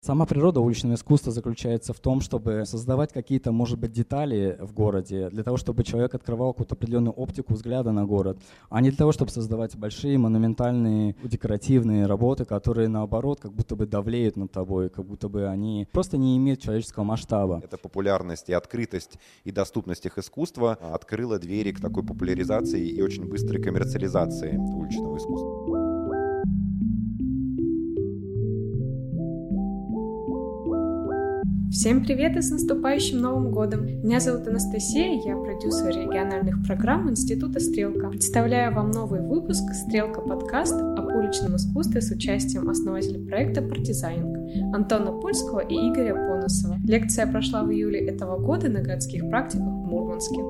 Сама природа уличного искусства заключается в том, чтобы создавать какие-то, может быть, детали в городе, для того, чтобы человек открывал какую-то определенную оптику взгляда на город, а не для того, чтобы создавать большие, монументальные, декоративные работы, которые, наоборот, как будто бы давлеют над тобой, как будто бы они просто не имеют человеческого масштаба. Эта популярность и открытость и доступность их искусства открыла двери к такой популяризации и очень быстрой коммерциализации уличного искусства. Всем привет и с наступающим Новым годом! Меня зовут Анастасия, я продюсер региональных программ Института «Стрелка». Представляю вам новый выпуск «Стрелка подкаст» об уличном искусстве с участием основателей проекта «Партизайнинг» Антона Пульского и Игоря Поносова. Лекция прошла в июле этого года на городских практиках в Мурманске.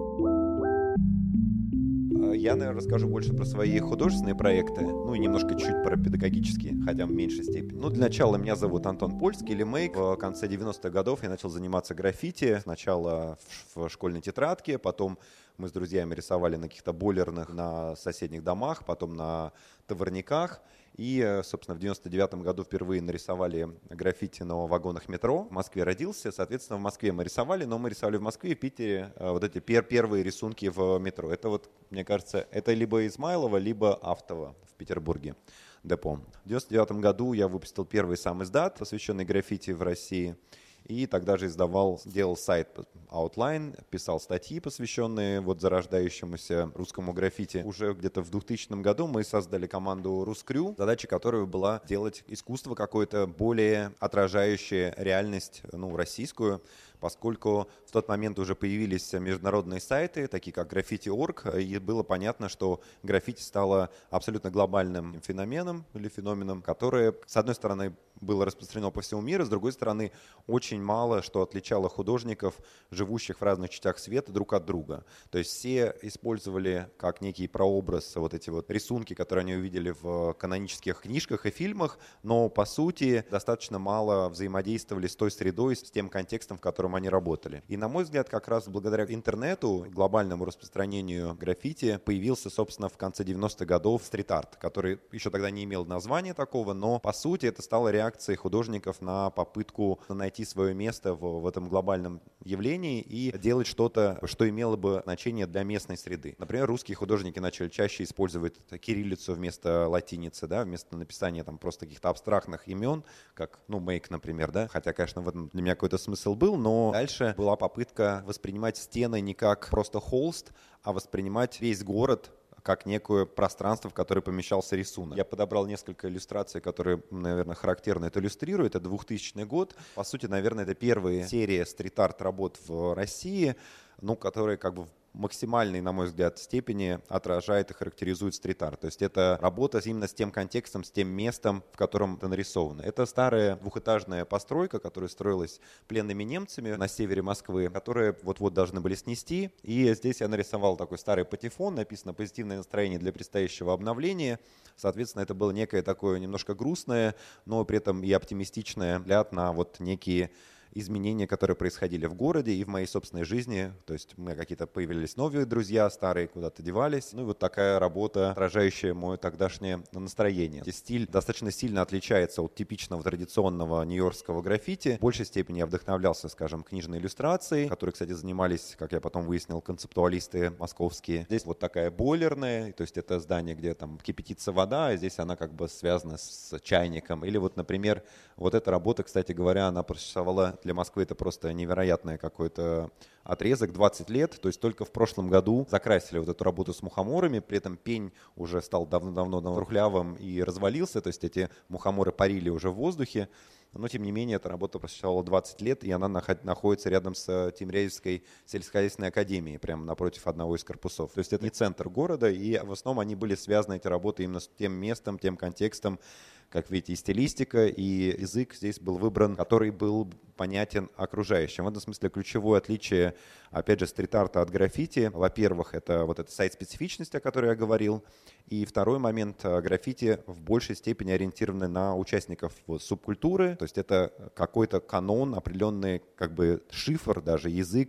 Я, наверное, расскажу больше про свои художественные проекты, ну и немножко чуть про педагогические, хотя в меньшей степени. Ну, для начала, меня зовут Антон Польский, или Мейк. В конце 90-х годов я начал заниматься граффити. Сначала в школьной тетрадке, потом мы с друзьями рисовали на каких-то бойлерных, на соседних домах, потом на товарниках. И, собственно, в 99-м году впервые нарисовали граффити на вагонах метро. В Москве родился, соответственно, в Москве мы рисовали, но мы рисовали в Москве и Питере вот эти первые рисунки в метро. Это вот, мне кажется, это либо Измайлова, либо Автова в Петербурге, депо. В 99-м году я выпустил первый сам издат, посвященный граффити в России. И тогда же делал сайт Outline, писал статьи, посвященные вот зарождающемуся русскому граффити. Уже где-то в 2000 году мы создали команду Рускрю, задача которой была делать искусство какое-то более отражающее реальность, российскую, поскольку в тот момент уже появились международные сайты, такие как Graffiti.org, и было понятно, что граффити стало абсолютно глобальным феноменом, которое, с одной стороны, было распространено по всему миру, с другой стороны, очень мало что отличало художников, живущих в разных частях света, друг от друга. То есть все использовали как некий прообраз вот эти вот рисунки, которые они увидели в канонических книжках и фильмах, но по сути достаточно мало взаимодействовали с той средой, с тем контекстом, в котором они работали. И, на мой взгляд, как раз благодаря интернету, глобальному распространению граффити, появился, собственно, в конце 90-х годов стрит-арт, который еще тогда не имел названия такого, но, по сути, это стало реакцией художников на попытку найти свое место в этом глобальном явлении и делать что-то, что имело бы значение для местной среды. Например, русские художники начали чаще использовать кириллицу вместо латиницы, да, вместо написания там просто каких-то абстрактных имен, как, Мейк, например, да, хотя, конечно, в этом для меня какой-то смысл был, но дальше была попытка воспринимать стены не как просто холст, а воспринимать весь город как некое пространство, в которое помещался рисунок. Я подобрал несколько иллюстраций, которые, наверное, характерно это иллюстрируют. Это 2000 год. По сути, наверное, это первая серия стрит-арт работ в России, которые как бы в максимальной, на мой взгляд, степени отражает и характеризует стрит-арт. То есть это работа именно с тем контекстом, с тем местом, в котором это нарисовано. Это старая двухэтажная постройка, которая строилась пленными немцами на севере Москвы, которые вот-вот должны были снести. И здесь я нарисовал такой старый патефон, написано «Позитивное настроение для предстоящего обновления». Соответственно, это было некое такое немножко грустное, но при этом и оптимистичное взгляд на вот некие изменения, которые происходили в городе и в моей собственной жизни. То есть у меня какие-то появились новые друзья, старые куда-то девались. И вот такая работа, отражающая мое тогдашнее настроение. И стиль достаточно сильно отличается от типичного традиционного нью-йоркского граффити. В большей степени я вдохновлялся, скажем, книжной иллюстрацией, которой, кстати, занимались, как я потом выяснил, концептуалисты московские. Здесь вот такая бойлерная, то есть это здание, где там кипятится вода, а здесь она как бы связана с чайником. Или вот, например, вот эта работа, кстати говоря, она просуществовала для Москвы, это просто невероятный какой-то отрезок, 20 лет. То есть только в прошлом году закрасили вот эту работу с мухоморами, при этом пень уже стал давно-давно трухлявым и развалился, то есть эти мухоморы парили уже в воздухе. Но, тем не менее, эта работа просуществовала 20 лет, и она находится рядом с Тимирязевской сельскохозяйственной академией, прямо напротив одного из корпусов. То есть это не центр города, и в основном они были связаны, эти работы, именно с тем местом, тем контекстом. Как видите, и стилистика, и язык здесь был выбран, который был понятен окружающим. В этом смысле ключевое отличие, опять же, стрит-арта от граффити. Во-первых, это вот эта сайт-специфичность, о которой я говорил. И второй момент, граффити в большей степени ориентированы на участников субкультуры. То есть это какой-то канон, определенный как бы шифр, даже язык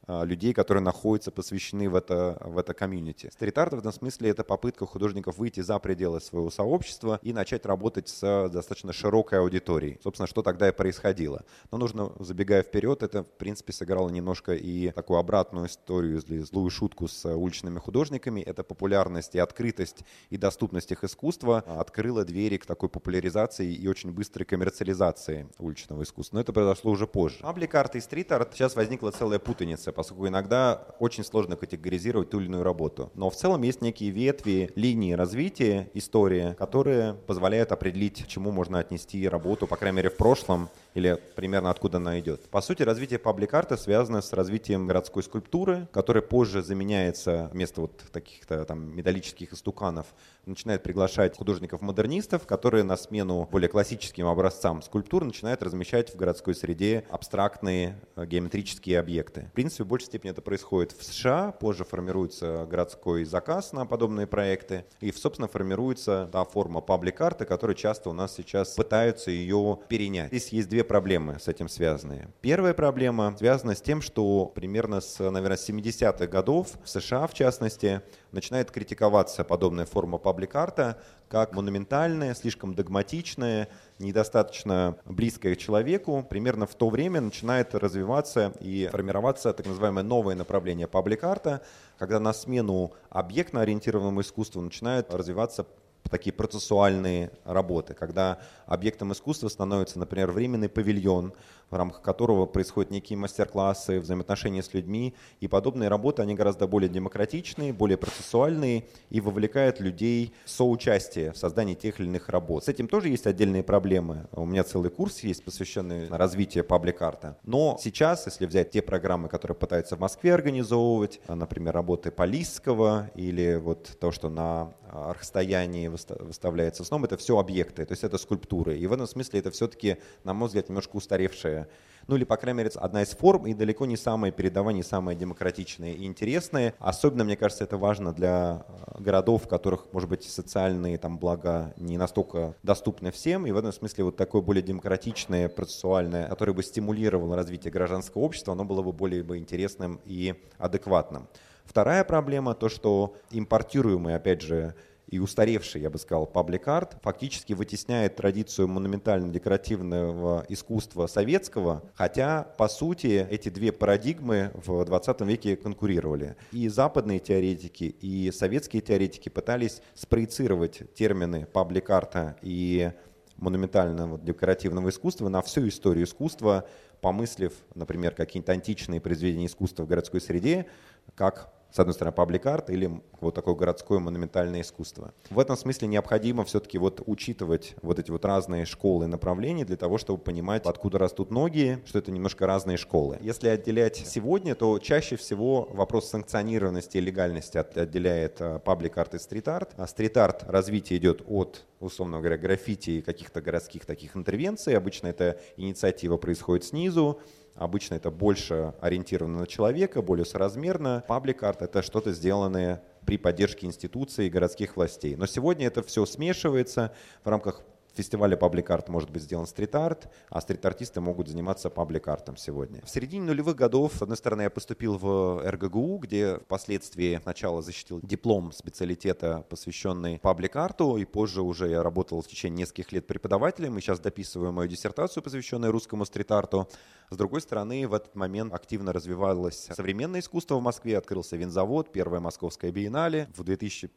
людей, которые находятся, посвящены в это комьюнити. Стрит-арт в этом смысле это попытка художников выйти за пределы своего сообщества и начать работать с достаточно широкой аудиторией. Собственно, что тогда и происходило. Но нужно, забегая вперед, это, в принципе, сыграло немножко и такую обратную историю, злую шутку с уличными художниками. Это популярность и открытость и доступность их искусства открыла двери к такой популяризации и очень быстрой коммерциализации уличного искусства. Но это произошло уже позже. Паблик-арт и стрит-арт сейчас возникла целая путаница, поскольку иногда очень сложно категоризировать ту или иную работу. Но в целом есть некие ветви, линии развития истории, которые позволяют определить, к чему можно отнести работу, по крайней мере, в прошлом, или примерно откуда она идет. По сути, развитие паблик-арта связано с развитием городской скульптуры, которая позже заменяется вместо вот таких-то там металлических истуканов, начинает приглашать художников-модернистов, которые на смену более классическим образцам скульптур начинают размещать в городской среде абстрактные геометрические объекты. В принципе, в большей степени это происходит в США, позже формируется городской заказ на подобные проекты, и, собственно, формируется та форма паблик-арта, которая часто у нас сейчас пытаются ее перенять. Здесь есть две проблемы с этим связанные. Первая проблема связана с тем, что примерно с, наверное, 70-х годов в США, в частности, начинает критиковаться подобная форма паблик-арта как монументальная, слишком догматичная, недостаточно близкая к человеку. Примерно в то время начинает развиваться и формироваться так называемое новое направление паблик-арта, когда на смену объектно-ориентированному искусству начинают развиваться такие процессуальные работы, когда объектом искусства становится, например, временный павильон, в рамках которого происходят некие мастер-классы, взаимоотношения с людьми, и подобные работы, они гораздо более демократичные, более процессуальные и вовлекают людей в соучастие в создании тех или иных работ. С этим тоже есть отдельные проблемы. У меня целый курс есть, посвященный развитию паблик-арта. Но сейчас, если взять те программы, которые пытаются в Москве организовывать, например, работы Полисского или вот то, что на расстоянии выставляется сном, это все объекты, то есть это скульптуры. И в этом смысле это все-таки, на мой взгляд, немножко устаревшая, ну или, по крайней мере, одна из форм, и далеко не самая передовая, не самая демократичная и интересная. Особенно, мне кажется, это важно для городов, в которых, может быть, социальные там блага не настолько доступны всем, и в этом смысле вот такое более демократичное, процессуальное, которое бы стимулировало развитие гражданского общества, оно было бы более интересным и адекватным. Вторая проблема, то, что импортируемый, опять же, и устаревший, я бы сказал, паблик-арт фактически вытесняет традицию монументально-декоративного искусства советского, хотя, по сути, эти две парадигмы в 20 веке конкурировали. И западные теоретики, и советские теоретики пытались спроецировать термины паблик-арта и монументального декоративного искусства на всю историю искусства, помыслив, например, какие-то античные произведения искусства в городской среде, как, с одной стороны, паблик-арт или вот такое городское монументальное искусство. В этом смысле необходимо все-таки вот учитывать вот эти вот разные школы и направления для того, чтобы понимать, откуда растут ноги, что это немножко разные школы. Если отделять сегодня, то чаще всего вопрос санкционированности и легальности отделяет паблик-арт и стрит-арт. А стрит-арт развитие идет от, условно говоря, граффити и каких-то городских таких интервенций. Обычно эта инициатива происходит снизу. Обычно это больше ориентировано на человека, более соразмерно. Паблик-арт — это что-то сделанное при поддержке институций и городских властей. Но сегодня это все смешивается в рамках фестиваля паблик-арт может быть сделан стрит-арт, а стрит-артисты могут заниматься паблик-артом сегодня. В середине нулевых годов, с одной стороны, я поступил в РГГУ, где впоследствии сначала защитил диплом специалитета, посвященный паблик-арту, и позже уже я работал в течение нескольких лет преподавателем, и сейчас дописываю мою диссертацию, посвященную русскому стрит-арту. С другой стороны, в этот момент активно развивалось современное искусство в Москве, открылся винзавод, первая московская биеннале. В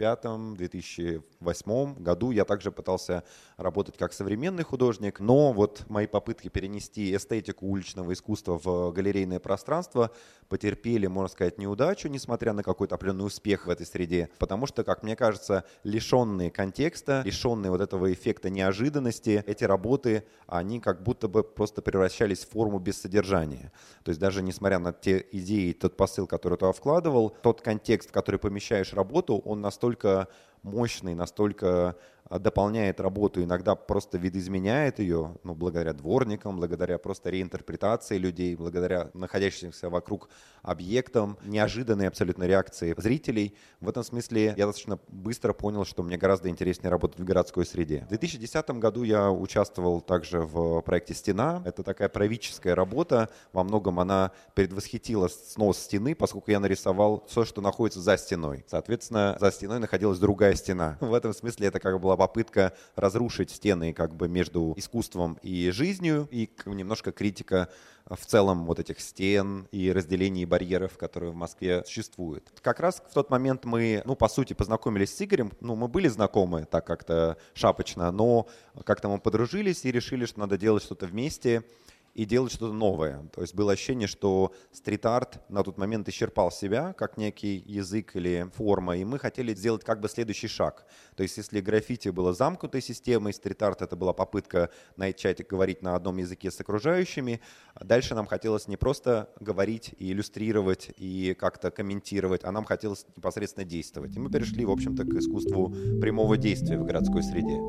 2005-2008 году я также пытался работать как современный художник, но вот мои попытки перенести эстетику уличного искусства в галерейное пространство потерпели, можно сказать, неудачу, несмотря на какой-то определенный успех в этой среде, потому что, как мне кажется, лишенные контекста, лишенные вот этого эффекта неожиданности, эти работы, они как будто бы просто превращались в форму без содержания. То есть даже несмотря на те идеи, тот посыл, который туда вкладывал, тот контекст, в который помещаешь работу, он настолько мощный, настолько дополняет работу, иногда просто видоизменяет ее, ну, благодаря дворникам, благодаря просто реинтерпретации людей, благодаря находящимся вокруг объектам, неожиданной абсолютно реакции зрителей. В этом смысле я достаточно быстро понял, что мне гораздо интереснее работать в городской среде. В 2010 году я участвовал также в проекте «Стена». Это такая правительская работа. Во многом она предвосхитила снос стены, поскольку я нарисовал все, что находится за стеной. Соответственно, за стеной находилась другая стена. В этом смысле это как бы была попытка разрушить стены как бы между искусством и жизнью, и немножко критика в целом вот этих стен и разделений барьеров, которые в Москве существуют. Как раз в тот момент мы, ну, по сути, познакомились с Игорем. Ну, мы были знакомы так как-то шапочно, но как-то мы подружились и решили, что надо делать что-то вместе и делать что-то новое. То есть было ощущение, что стрит-арт на тот момент исчерпал себя как некий язык или форма, и мы хотели сделать как бы следующий шаг. То есть если граффити было замкнутой системой, стрит-арт это была попытка начать говорить на одном языке с окружающими, дальше нам хотелось не просто говорить и иллюстрировать и как-то комментировать, а нам хотелось непосредственно действовать. И мы перешли, в общем-то, к искусству прямого действия в городской среде.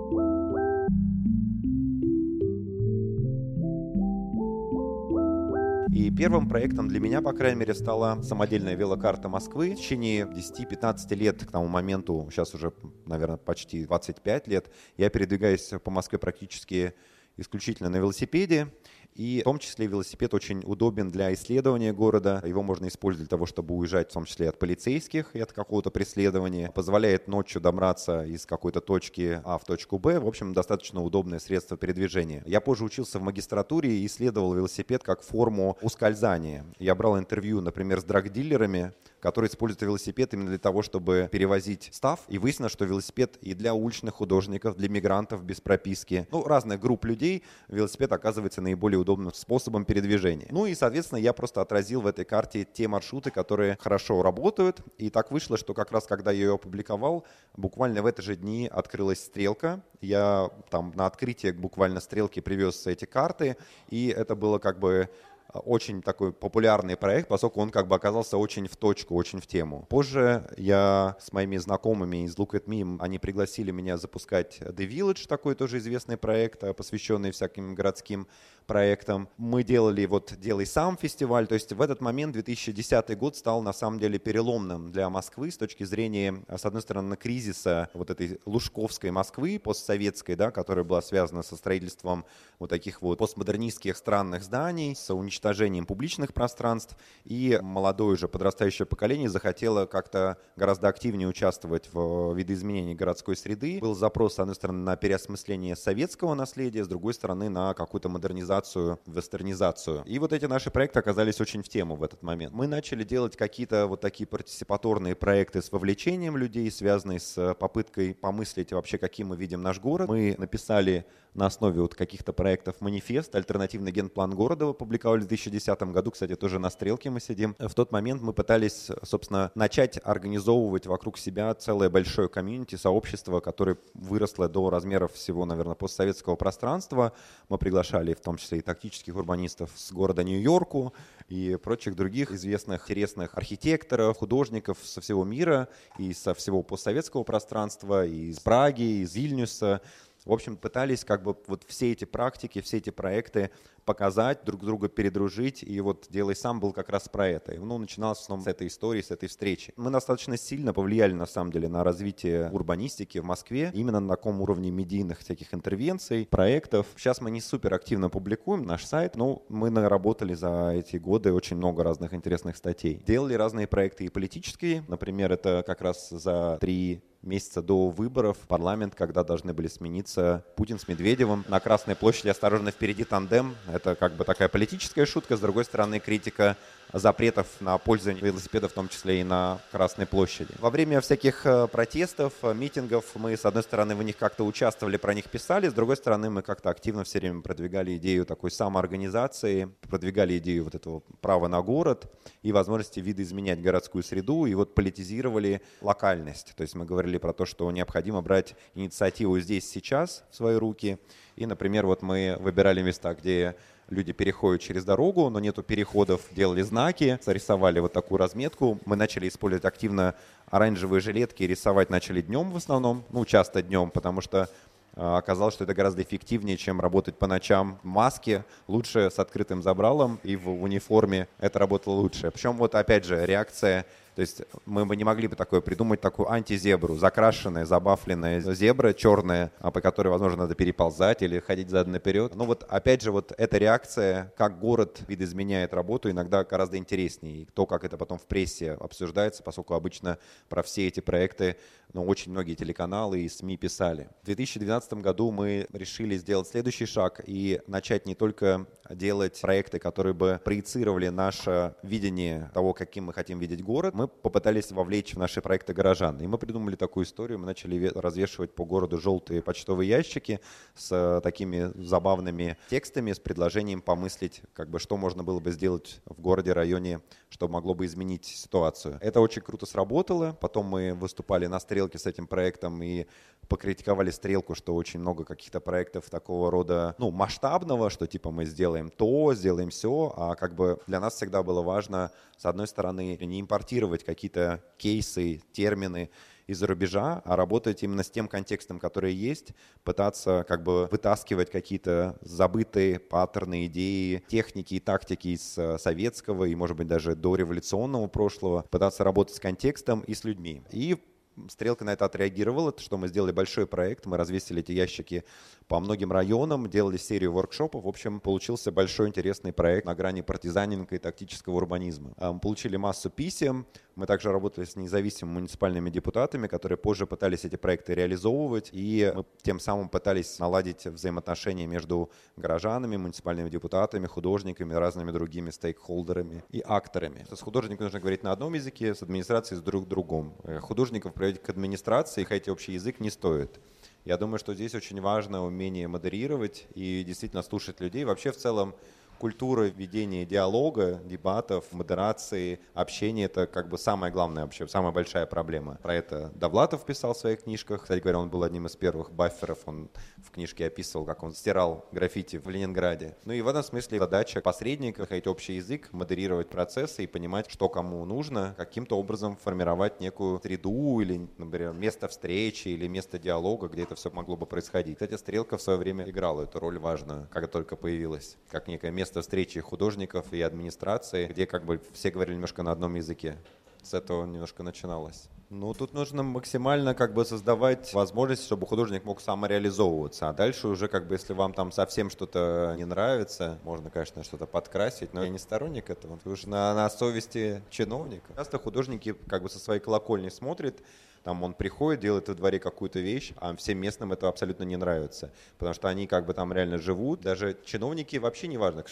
И первым проектом для меня, по крайней мере, стала самодельная велокарта Москвы. В течение 10-15 лет к тому моменту, сейчас уже, наверное, почти 25 лет, я передвигаюсь по Москве практически исключительно на велосипеде. И в том числе велосипед очень удобен для исследования города. Его можно использовать для того, чтобы уезжать в том числе от полицейских и от какого-то преследования. Позволяет ночью добраться из какой-то точки А в точку Б. В общем, достаточно удобное средство передвижения. Я позже учился в магистратуре и исследовал велосипед как форму ускользания. Я брал интервью, например, с драгдилерами, которые используют велосипед именно для того, чтобы перевозить став. И выяснилось, что велосипед и для уличных художников, для мигрантов без прописки, ну, разных групп людей, велосипед оказывается наиболее удобным способом передвижения. Ну и, соответственно, я просто отразил в этой карте те маршруты, которые хорошо работают. И так вышло, что как раз когда я ее опубликовал, буквально в эти же дни открылась стрелка. Я там на открытие буквально стрелки привез эти карты, и это было как бы очень такой популярный проект, поскольку он как бы оказался очень в точку, очень в тему. Позже я с моими знакомыми из Look at Me, они пригласили меня запускать The Village, такой тоже известный проект, посвященный всяким городским проектам. Мы делали вот «Делай сам» фестиваль, то есть в этот момент 2010 год стал на самом деле переломным для Москвы с точки зрения, с одной стороны, кризиса вот этой лужковской Москвы, постсоветской, да, которая была связана со строительством вот таких вот постмодернистских странных зданий, с уничтожением публичных пространств, и молодое уже подрастающее поколение захотело как-то гораздо активнее участвовать в видоизменении городской среды. Был запрос, с одной стороны, на переосмысление советского наследия, с другой стороны, на какую-то модернизацию, вестернизацию. И вот эти наши проекты оказались очень в тему в этот момент. Мы начали делать какие-то вот такие партиципаторные проекты с вовлечением людей, связанные с попыткой помыслить вообще, каким мы видим наш город. Мы написали на основе вот каких-то проектов манифест, альтернативный генплан города опубликовали в 2010 году, кстати, тоже на стрелке мы сидим. В тот момент мы пытались, собственно, начать организовывать вокруг себя целое большое комьюнити, сообщество, которое выросло до размеров всего, наверное, постсоветского пространства. Мы приглашали в том числе и тактических урбанистов с города Нью-Йорку и прочих других известных, интересных архитекторов, художников со всего мира и со всего постсоветского пространства, и из Праги, из Вильнюса. В общем, пытались как бы вот все эти практики, все эти проекты показать, друг друга передружить, и вот «Делай сам» был как раз про это. Ну, начиналось в основном с этой истории, с этой встречи. Мы достаточно сильно повлияли, на самом деле, на развитие урбанистики в Москве, именно на таком уровне медийных всяких интервенций, проектов. Сейчас мы не супер активно публикуем наш сайт, но мы наработали за эти годы очень много разных интересных статей. Делали разные проекты и политические, например, это как раз за 3 месяца до выборов в парламент, когда должны были смениться Путин с Медведевым. На Красной площади «Осторожно, впереди тандем». Это как бы такая политическая шутка, с другой стороны критика запретов на пользование велосипедов, в том числе и на Красной площади. Во время всяких протестов, митингов мы, с одной стороны, в них как-то участвовали, про них писали, с другой стороны, мы как-то активно все время продвигали идею такой самоорганизации, продвигали идею вот этого права на город и возможности видоизменять городскую среду, и вот политизировали локальность. То есть мы говорили про то, что необходимо брать инициативу здесь, сейчас в свои руки. И, например, вот мы выбирали места, где люди переходят через дорогу, но нету переходов, делали знаки, зарисовали вот такую разметку. Мы начали использовать активно оранжевые жилетки, рисовать начали днем в основном, часто днем, потому что оказалось, что это гораздо эффективнее, чем работать по ночам в маске, лучше с открытым забралом и в униформе это работало лучше. Причем вот опять же реакция, то есть мы бы не могли бы такое придумать, такую антизебру, закрашенная, забафленная зебра черная, по которой, возможно, надо переползать или ходить задом наперед. Ну вот опять же вот эта реакция, как город видоизменяет работу, иногда гораздо интереснее. И то, как это потом в прессе обсуждается, поскольку обычно про все эти проекты очень многие телеканалы и СМИ писали. В 2012 году мы решили сделать следующий шаг и начать не только делать проекты, которые бы проецировали наше видение того, каким мы хотим видеть город. Мы попытались вовлечь в наши проекты горожан. И мы придумали такую историю. Мы начали развешивать по городу желтые почтовые ящики с такими забавными текстами, с предложением помыслить, что можно было бы сделать в городе, районе, что могло бы изменить ситуацию. Это очень круто сработало. Потом мы выступали на «Стрелке» с этим проектом и покритиковали «Стрелку», что очень много каких-то проектов такого рода, масштабного, что типа мы сделаем то, сделаем все, а для нас всегда было важно, с одной стороны, не импортировать какие-то кейсы, термины из-за рубежа, а работать именно с тем контекстом, который есть, пытаться вытаскивать какие-то забытые паттерны, идеи, техники и тактики из советского и, может быть, даже дореволюционного прошлого, пытаться работать с контекстом и с людьми. И «Стрелка» на это отреагировала, что мы сделали большой проект, мы развесили эти ящики по многим районам, делали серию воркшопов. В общем, получился большой интересный проект на грани партизанинга и тактического урбанизма. Мы получили массу писем, мы также работали с независимыми муниципальными депутатами, которые позже пытались эти проекты реализовывать, и мы тем самым пытались наладить взаимоотношения между горожанами, муниципальными депутатами, художниками, разными другими стейкхолдерами и акторами. С художниками нужно говорить на одном языке, с администрацией с другом. Художников приводить к администрации, хотя общий язык не стоит. Я думаю, что здесь очень важно умение модерировать и действительно слушать людей. Вообще в целом культура ведения диалога, дебатов, модерации, общения – это самая главная, вообще самая большая проблема. Про это Довлатов писал в своих книжках. Кстати говоря, он был одним из первых бафферов. Он в книжке описывал, как он стирал граффити в Ленинграде. И в этом смысле задача посредника – находить общий язык, модерировать процессы и понимать, что кому нужно, каким-то образом формировать некую среду или, например, место встречи или место диалога, где это все могло бы происходить. Кстати, «Стрелка» в свое время играла эту роль важную, как только появилась, как некое место встречи художников и администрации, где все говорили немножко на одном языке. С этого немножко начиналось. Тут нужно максимально создавать возможность, чтобы художник мог самореализовываться. А дальше уже если вам там совсем что-то не нравится, можно, конечно, что-то подкрасить, но я не сторонник этого. Потому что на совести чиновника. Часто художники со своей колокольни смотрят, там он приходит, делает во дворе какую-то вещь, а всем местным это абсолютно не нравится. Потому что они там реально живут. Даже чиновники вообще не важно,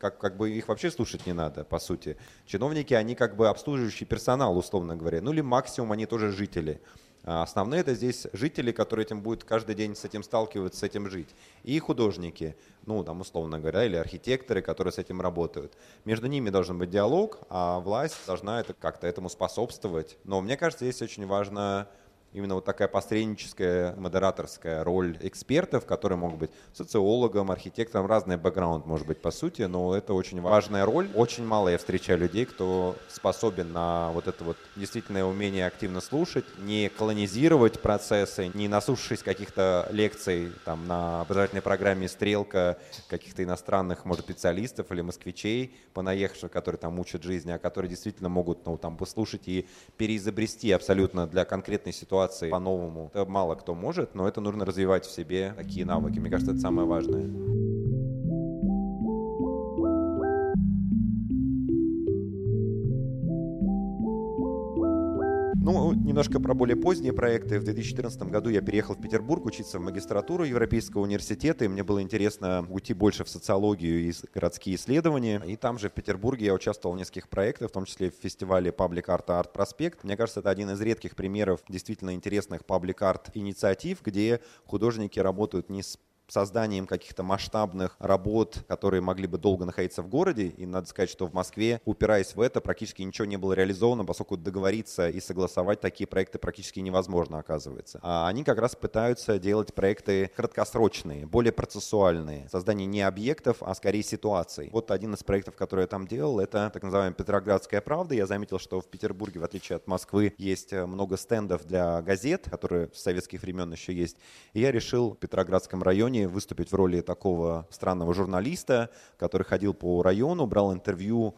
их вообще слушать не надо, по сути. Чиновники, они обслуживающий персонал, условно говоря. Или максимум они тоже жители. А основные это здесь жители, которые этим будут каждый день с этим сталкиваться, с этим жить. И художники, условно говоря, или архитекторы, которые с этим работают. Между ними должен быть диалог, а власть должна как-то этому способствовать. Но мне кажется, здесь очень важно именно такая посредническая, модераторская роль экспертов, которые могут быть социологом, архитектором, разный бэкграунд может быть по сути, но это очень важная роль. Очень мало я встречаю людей, кто способен на это действительное умение активно слушать, не колонизировать процессы, не наслушавшись каких-то лекций на образовательной программе «Стрелка», каких-то иностранных, может, специалистов или москвичей, понаехавших, которые там учат жизни, а которые действительно могут послушать и переизобрести абсолютно для конкретной ситуации по-новому. Это мало кто может, но это нужно развивать в себе, такие навыки. Мне кажется, это самое важное. Немножко про более поздние проекты. В 2014 году я переехал в Петербург учиться в магистратуру Европейского университета, и мне было интересно уйти больше в социологию и городские исследования. И там же в Петербурге я участвовал в нескольких проектах, в том числе в фестивале Public Art Art Prospect. Мне кажется, это один из редких примеров действительно интересных public art инициатив, где художники работают не с созданием каких-то масштабных работ, которые могли бы долго находиться в городе. И надо сказать, что в Москве, упираясь в это, практически ничего не было реализовано, поскольку договориться и согласовать такие проекты практически невозможно, оказывается. А они как раз пытаются делать проекты краткосрочные, более процессуальные. Создание не объектов, а скорее ситуаций. Вот один из проектов, который я там делал, это так называемая Петроградская правда. Я заметил, что в Петербурге, в отличие от Москвы, есть много стендов для газет, которые с советских времен еще есть. И я решил в Петроградском районе выступить в роли такого странного журналиста, который ходил по району, брал интервью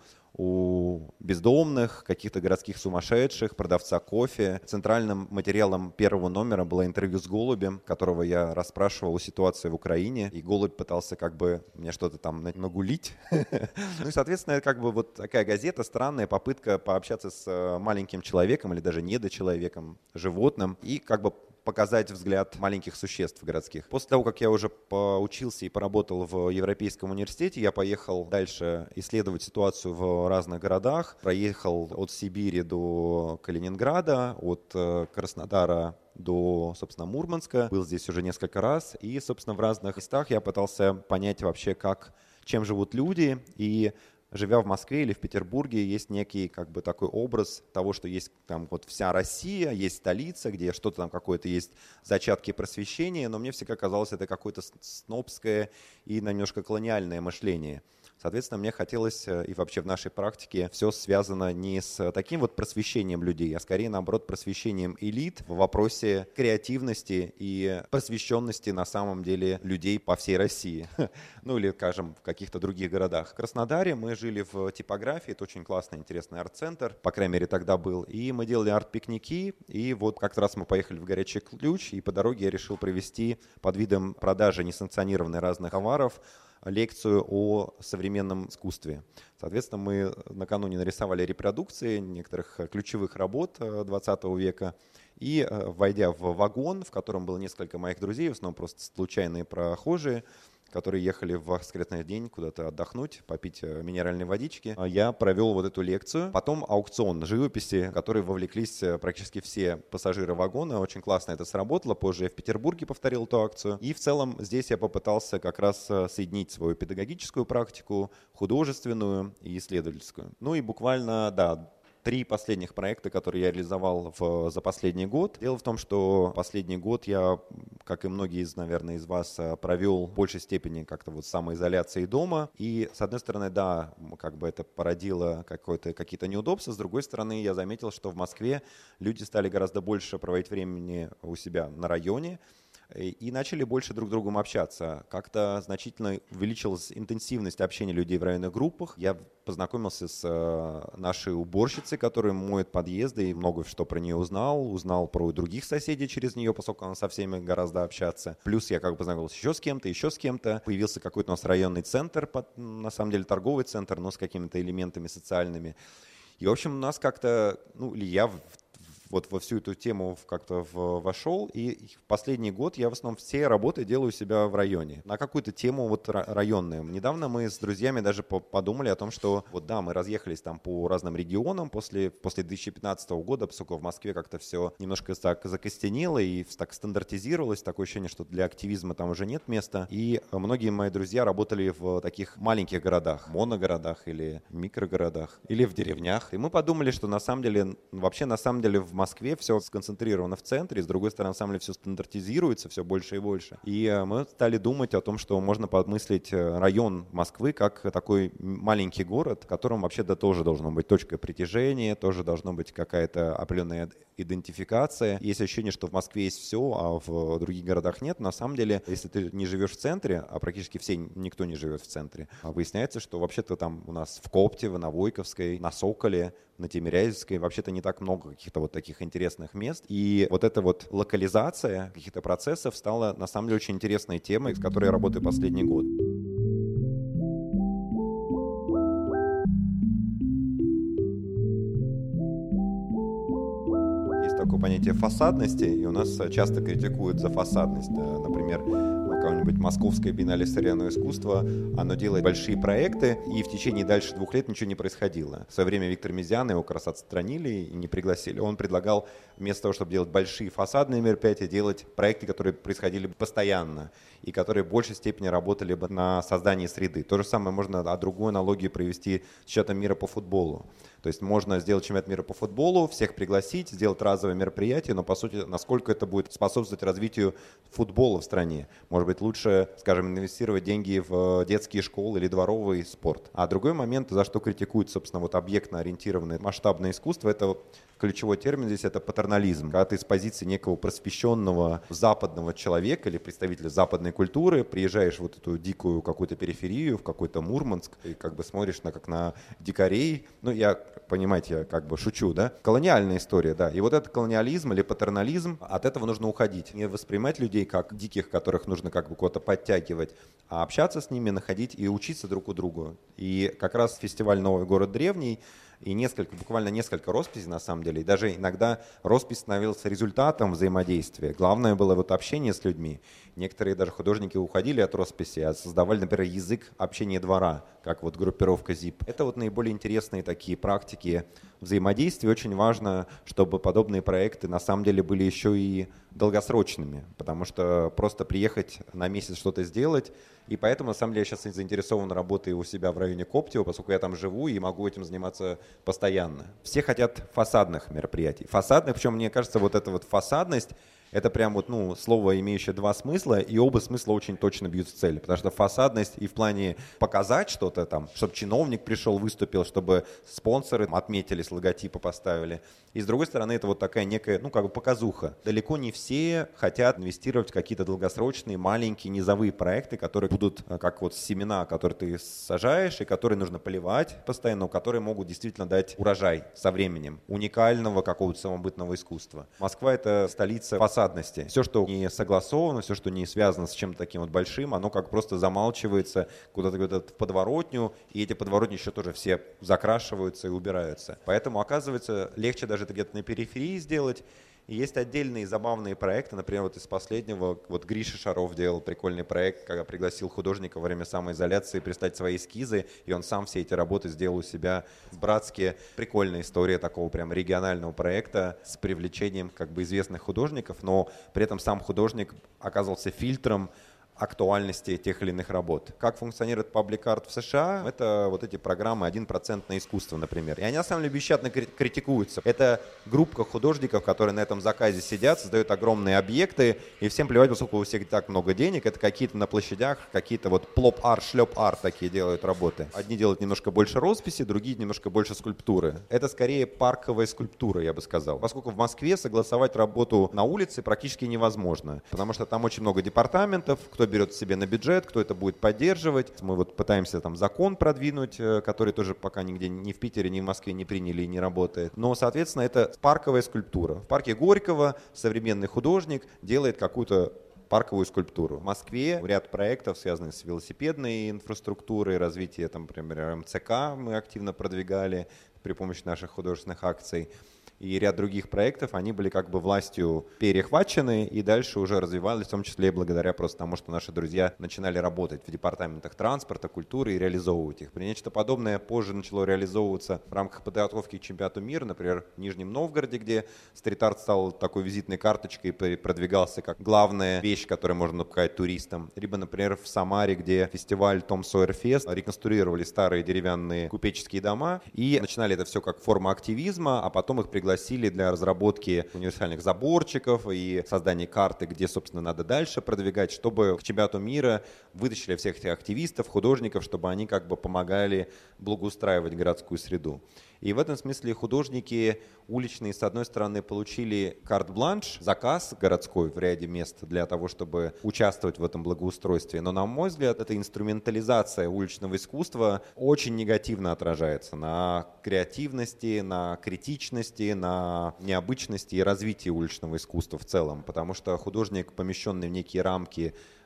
у бездомных, каких-то городских сумасшедших, продавца кофе. Центральным материалом первого номера было интервью с Голубем, которого я расспрашивал о ситуации в Украине. И Голубь пытался как бы мне что-то там нагулить. Ну и, соответственно, это как бы вот такая газета, странная попытка пообщаться с маленьким человеком или даже недочеловеком, животным, и как бы показать взгляд маленьких существ городских. После того, как я уже поучился и поработал в Европейском университете, я поехал дальше исследовать ситуацию в разных городах. Проехал от Сибири до Калининграда, от Краснодара до, собственно, Мурманска. Был здесь уже несколько раз. И, собственно, в разных местах я пытался понять вообще, чем живут люди. И живя в Москве или в Петербурге, есть некий как бы такой образ того, что есть там вот вся Россия, есть столица, где что-то там какое-то есть зачатки просвещения, но мне всегда казалось, это какое-то снобское и немножко колониальное мышление. Соответственно, мне хотелось, и вообще в нашей практике все связано не с таким вот просвещением людей, а скорее, наоборот, просвещением элит в вопросе креативности и просвещенности на самом деле людей по всей России. Ну или, скажем, в каких-то других городах. В Краснодаре мы жили в типографии, это очень классный, интересный арт-центр, по крайней мере тогда был, и мы делали арт-пикники, и вот как-то раз мы поехали в Горячий Ключ, и по дороге я решил провести под видом продажи несанкционированной разных товаров лекцию о современном искусстве. Соответственно, мы накануне нарисовали репродукции некоторых ключевых работ 20 века. И, войдя в вагон, в котором было несколько моих друзей, в основном просто случайные прохожие, которые ехали в воскресный день куда-то отдохнуть, попить минеральной водички, я провел вот эту лекцию. Потом аукцион живописи, в который вовлеклись практически все пассажиры вагона. Очень классно это сработало. Позже я в Петербурге повторил эту акцию. И в целом здесь я попытался как раз соединить свою педагогическую практику, художественную и исследовательскую. Ну и буквально, да, 3 последних проекта, которые я реализовал за последний год. Дело в том, что последний год я, как и многие, наверное, из вас, провел в большей степени как-то вот самоизоляции дома. И, с одной стороны, да, как бы это породило какие-то неудобства. С другой стороны, я заметил, что в Москве люди стали гораздо больше проводить времени у себя на районе и начали больше друг с другом общаться. Как-то значительно увеличилась интенсивность общения людей в районных группах. Я познакомился с нашей уборщицей, которая моет подъезды, и много что про нее узнал про других соседей через нее, поскольку она со всеми гораздо общаться. Плюс я как бы познакомился еще с кем-то. Появился какой-то у нас районный центр, на самом деле торговый центр, но с какими-то элементами социальными. И, в общем, у нас как-то, или я вот во всю эту тему как-то вошел, и в последний год я в основном все работы делаю у себя в районе, на какую-то тему вот районную. Недавно мы с друзьями даже подумали о том, что вот да, мы разъехались там по разным регионам после 2015 года, поскольку в Москве как-то все немножко так закостенело и так стандартизировалось, такое ощущение, что для активизма там уже нет места. И многие мои друзья работали в таких маленьких городах, моногородах или микрогородах, или в деревнях. И мы подумали, что на самом деле в Москве все сконцентрировано в центре, с другой стороны, на самом деле все стандартизируется все больше и больше. И мы стали думать о том, что можно подмыслить район Москвы как такой маленький город, в котором вообще-то тоже должно быть точка притяжения, тоже должна быть какая-то определенная идентификация. Есть ощущение, что в Москве есть все, а в других городах нет. На самом деле, если ты не живешь в центре, а практически никто не живет в центре, выясняется, что вообще-то там у нас в Коптево, на Войковской, на Соколе, на Тимирязевской вообще-то не так много каких-то вот таких интересных мест. И вот эта вот локализация каких-то процессов стала на самом деле очень интересной темой, с которой я работаю последний год. Есть такое понятие фасадности, и у нас часто критикуют за фасадность. Например, мы какое-нибудь Московское биеннале современного искусства, оно делает большие проекты, и в течение дальше 2 лет ничего не происходило. В свое время Виктор Мезиан, его как раз отстранили и не пригласили. Он предлагал вместо того, чтобы делать большие фасадные мероприятия, делать проекты, которые происходили постоянно и которые в большей степени работали бы на создании среды. То же самое можно другую аналогию провести с чемпионатом мира по футболу. То есть можно сделать чемпионат мира по футболу, всех пригласить, сделать разовое мероприятие, но по сути, насколько это будет способствовать развитию футбола в стране. Может быть, лучше, скажем, инвестировать деньги в детские школы или дворовый спорт. А другой момент, за что критикуют, собственно, вот объектно-ориентированное масштабное искусство, это ключевой термин здесь — это патернализм. Когда ты с позиции некого просвещенного западного человека или представителя западной культуры приезжаешь в вот эту дикую какую-то периферию, в какой-то Мурманск, и как бы смотришь как на дикарей. Ну, я, понимаете, я как бы шучу, да? Колониальная история, да. И вот этот колониализм или патернализм, от этого нужно уходить. Не воспринимать людей как диких, которых нужно как бы куда-то подтягивать, а общаться с ними, находить и учиться друг у друга. И как раз фестиваль «Новый город древний» и буквально несколько росписей на самом деле. И даже иногда роспись становилась результатом взаимодействия. Главное было вот общение с людьми. Некоторые даже художники уходили от росписи, а создавали, например, язык общения двора, как вот группировка ЗИП. Это вот наиболее интересные такие практики взаимодействия. Очень важно, чтобы подобные проекты на самом деле были еще и долгосрочными, потому что просто приехать на месяц что-то сделать. И поэтому, на самом деле, я сейчас заинтересован работой у себя в районе Коптева, поскольку я там живу и могу этим заниматься постоянно. Все хотят фасадных мероприятий. Фасадных, причем, мне кажется, вот эта вот фасадность, это прям вот, слово, имеющее 2 смысла, и оба смысла очень точно бьют в цель. Потому что фасадность и в плане показать что-то там, чтобы чиновник пришел, выступил, чтобы спонсоры отметились, логотипы поставили. И с другой стороны, это вот такая некая, как бы показуха. Далеко не все хотят инвестировать в какие-то долгосрочные, маленькие, низовые проекты, которые будут как вот семена, которые ты сажаешь, и которые нужно поливать постоянно, но которые могут действительно дать урожай со временем, уникального какого-то самобытного искусства. Москва — это столица фасадности. Все, что не согласовано, все, что не связано с чем-то таким вот большим, оно как просто замалчивается куда-то в подворотню, и эти подворотни еще тоже все закрашиваются и убираются. Поэтому, оказывается, легче даже это где-то на периферии сделать. И есть отдельные забавные проекты, например, вот из последнего, вот Гриша Шаров делал прикольный проект, когда пригласил художника во время самоизоляции прислать свои эскизы, и он сам все эти работы сделал у себя в Братске. Прикольная история такого прям регионального проекта с привлечением как бы известных художников, но при этом сам художник оказался фильтром актуальности тех или иных работ. Как функционирует Public Art в США? Это вот эти программы 1% на искусство, например. И они на самом деле бесщадно критикуются. Это группа художников, которые на этом заказе сидят, создают огромные объекты, и всем плевать, поскольку у всех так много денег. Это какие-то на площадях, какие-то вот плоп-арт, шлеп-арт такие делают работы. Одни делают немножко больше росписи, другие немножко больше скульптуры. Это скорее парковая скульптура, я бы сказал. Поскольку в Москве согласовать работу на улице практически невозможно, потому что там очень много департаментов, кто берет себе на бюджет, кто это будет поддерживать. Мы вот пытаемся там закон продвинуть, который тоже пока нигде ни в Питере, ни в Москве не приняли и не работает. Но, соответственно, это парковая скульптура. В парке Горького современный художник делает какую-то парковую скульптуру. В Москве ряд проектов, связанных с велосипедной инфраструктурой, развитие, там, например, МЦК мы активно продвигали при помощи наших художественных акций. И ряд других проектов, они были как бы властью перехвачены и дальше уже развивались, в том числе и благодаря просто тому, что наши друзья начинали работать в департаментах транспорта, культуры и реализовывать их. Нечто подобное позже начало реализовываться в рамках подготовки к чемпионату мира, например, в Нижнем Новгороде, где стрит-арт стал такой визитной карточкой и продвигался как главная вещь, которую можно показать туристам. Либо, например, в Самаре, где фестиваль Том Сойер Фест, реконструировали старые деревянные купеческие дома и начинали это все как форма активизма, а потом их пригласили для разработки универсальных заборчиков и создания карты, где, собственно, надо дальше продвигать, чтобы к чемпионату мира вытащили всех этих активистов, художников, чтобы они как бы помогали благоустраивать городскую среду. И в этом смысле художники уличные, с одной стороны, получили карт-бланш, заказ городской в ряде мест для того, чтобы участвовать в этом благоустройстве. Но, на мой взгляд, эта инструментализация уличного искусства очень негативно отражается на креативности, на критичности, на необычности и развитии уличного искусства в целом. Потому что художник, помещенный в некие рамки,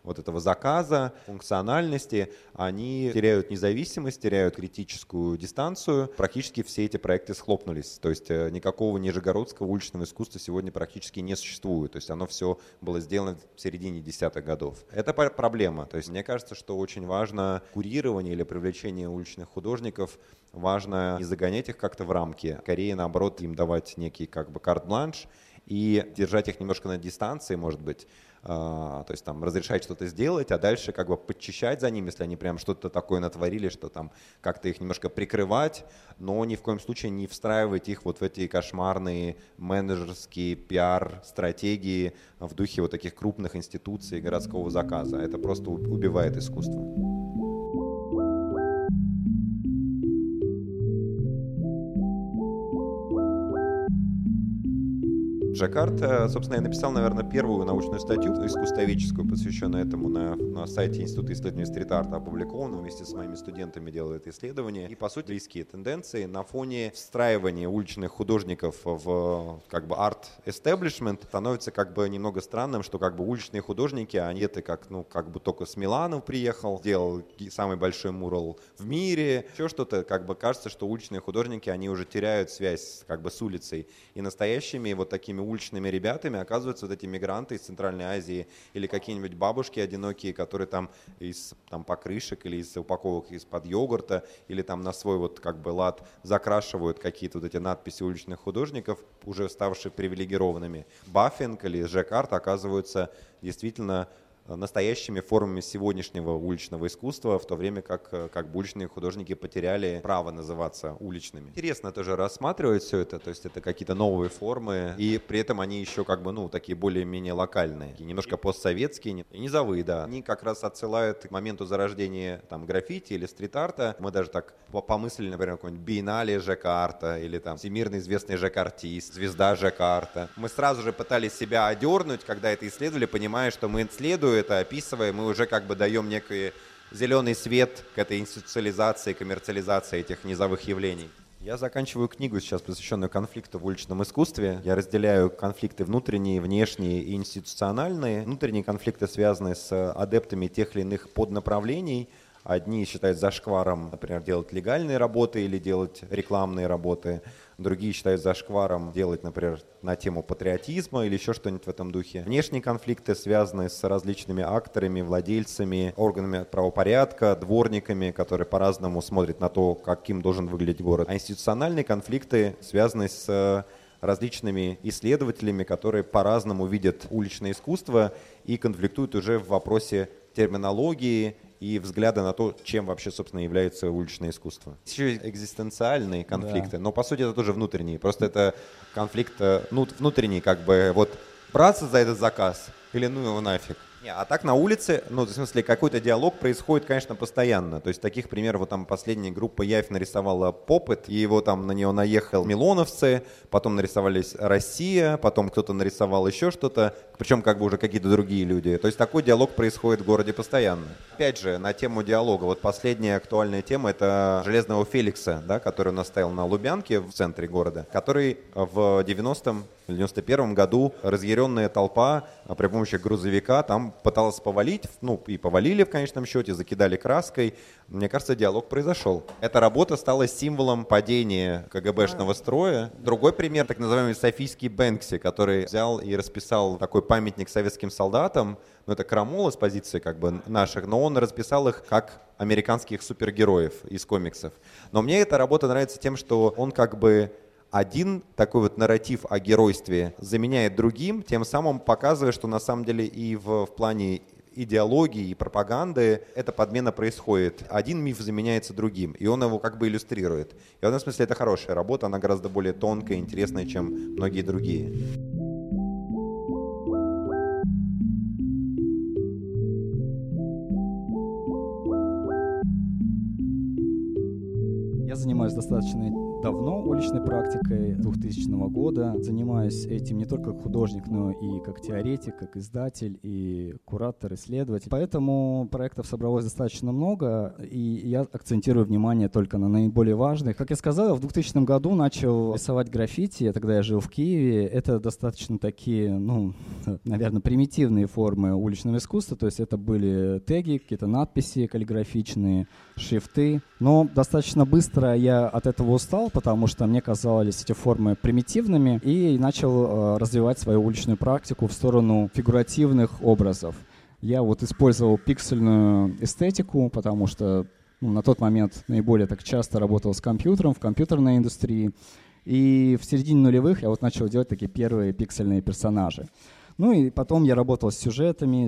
вот этого заказа, функциональности, они теряют независимость, теряют критическую дистанцию. Практически все эти проекты схлопнулись. То есть никакого нижегородского уличного искусства сегодня практически не существует. То есть оно все было сделано в середине десятых годов. Это проблема. То есть мне кажется, что очень важно курирование или привлечение уличных художников. Важно не загонять их как-то в рамки, скорее, наоборот, им давать некий как бы карт-бланш и держать их немножко на дистанции, может быть, то есть там разрешать что-то сделать, а дальше как бы подчищать за ними, если они прям что-то такое натворили, что там как-то их немножко прикрывать, но ни в коем случае не встраивать их вот в эти кошмарные менеджерские пиар-стратегии в духе вот таких крупных институций городского заказа. Это просто убивает искусство. Жаккард, собственно, я написал, наверное, первую научную статью искусствоведческую, посвященную этому на сайте Института исследований стрит-арта, опубликованную вместе с моими студентами, делал это исследование. И, по сути, близкие тенденции на фоне встраивания уличных художников в как бы арт-эстеблишмент становится как бы немного странным, что как бы уличные художники, они это как бы только с Милана приехал, сделал самый большой мурал в мире, еще что-то, как бы кажется, что уличные художники, они уже теряют связь как бы с улицей. И настоящими вот такими уличными ребятами оказываются вот эти мигранты из Центральной Азии или какие-нибудь бабушки одинокие, которые там из покрышек или из упаковок из-под йогурта или там на свой вот как бы лад закрашивают какие-то вот эти надписи уличных художников, уже ставших привилегированными. Баффинг или жаккард оказываются действительно настоящими формами сегодняшнего уличного искусства, в то время как бы уличные художники потеряли право называться уличными. Интересно тоже рассматривать все это, то есть это какие-то новые формы, и при этом они еще как бы, такие более-менее локальные, немножко постсоветские, и низовые, да. Они как раз отсылают к моменту зарождения там граффити или стрит-арта. Мы даже так помыслили, например, какой-нибудь биеннале жаккарта или там всемирно известный жаккартист, звезда жаккарта. Мы сразу же пытались себя одернуть, когда это исследовали, понимая, что мы исследуем это, описывая, мы уже как бы даем некий зеленый свет к этой институциализации, коммерциализации этих низовых явлений. Я заканчиваю книгу сейчас, посвященную конфликту в уличном искусстве. Я разделяю конфликты внутренние, внешние и институциональные. Внутренние конфликты связаны с адептами тех или иных поднаправлений. Одни считают зашкваром, например, делать легальные работы или делать рекламные работы. Другие считают зашкваром делать, например, на тему патриотизма или еще что-нибудь в этом духе. Внешние конфликты связаны с различными акторами, владельцами, органами правопорядка, дворниками, которые по-разному смотрят на то, каким должен выглядеть город. А институциональные конфликты связаны с различными исследователями, которые по-разному видят уличное искусство и конфликтуют уже в вопросе терминологии и взгляда на то, чем вообще, собственно, является уличное искусство. Еще экзистенциальные конфликты, но, по сути, это тоже внутренние. Просто это конфликт внутренний, как бы, вот, браться за этот заказ или ну его нафиг. А так на улице, в смысле, какой-то диалог происходит, конечно, постоянно. То есть таких примеров, вот там последняя группа Явь нарисовала Попыт, и его там на него наехал милоновцы, потом нарисовались Россия, потом кто-то нарисовал еще что-то, причем как бы уже какие-то другие люди. То есть такой диалог происходит в городе постоянно. Опять же, на тему диалога, вот последняя актуальная тема — это Железного Феликса, да, который у нас стоял на Лубянке в центре города, который в 90-м, в 91-м году разъяренная толпа при помощи грузовика там пыталась повалить, и повалили в конечном счете, закидали краской. Мне кажется, диалог произошел. Эта работа стала символом падения КГБшного строя. Другой пример, так называемый Софийский Бэнкси, который взял и расписал такой памятник советским солдатам. Это крамола с позиции как бы наших, но он расписал их как американских супергероев из комиксов. Но мне эта работа нравится тем, что он как бы один такой вот нарратив о геройстве заменяет другим, тем самым показывая, что на самом деле и в плане идеологии и пропаганды эта подмена происходит. Один миф заменяется другим, и он его как бы иллюстрирует. И в этом смысле это хорошая работа, она гораздо более тонкая и интересная, чем многие другие. Я занимаюсь достаточно давно уличной практикой, 2000 года. Занимаюсь этим не только как художник, но и как теоретик, как издатель и куратор, исследователь. Поэтому проектов собралось достаточно много, и я акцентирую внимание только на наиболее важных. Как я сказал, я в 2000 году начал рисовать граффити, тогда я жил в Киеве. Это достаточно такие, наверное, примитивные формы уличного искусства, то есть это были теги, какие-то надписи каллиграфичные, шрифты. Но достаточно быстро я от этого устал, потому что мне казались эти формы примитивными, и начал развивать свою уличную практику в сторону фигуративных образов. Я использовал пиксельную эстетику, потому что на тот момент наиболее так часто работал с компьютером, в компьютерной индустрии. И в середине нулевых я начал делать такие первые пиксельные персонажи. И потом я работал с сюжетами,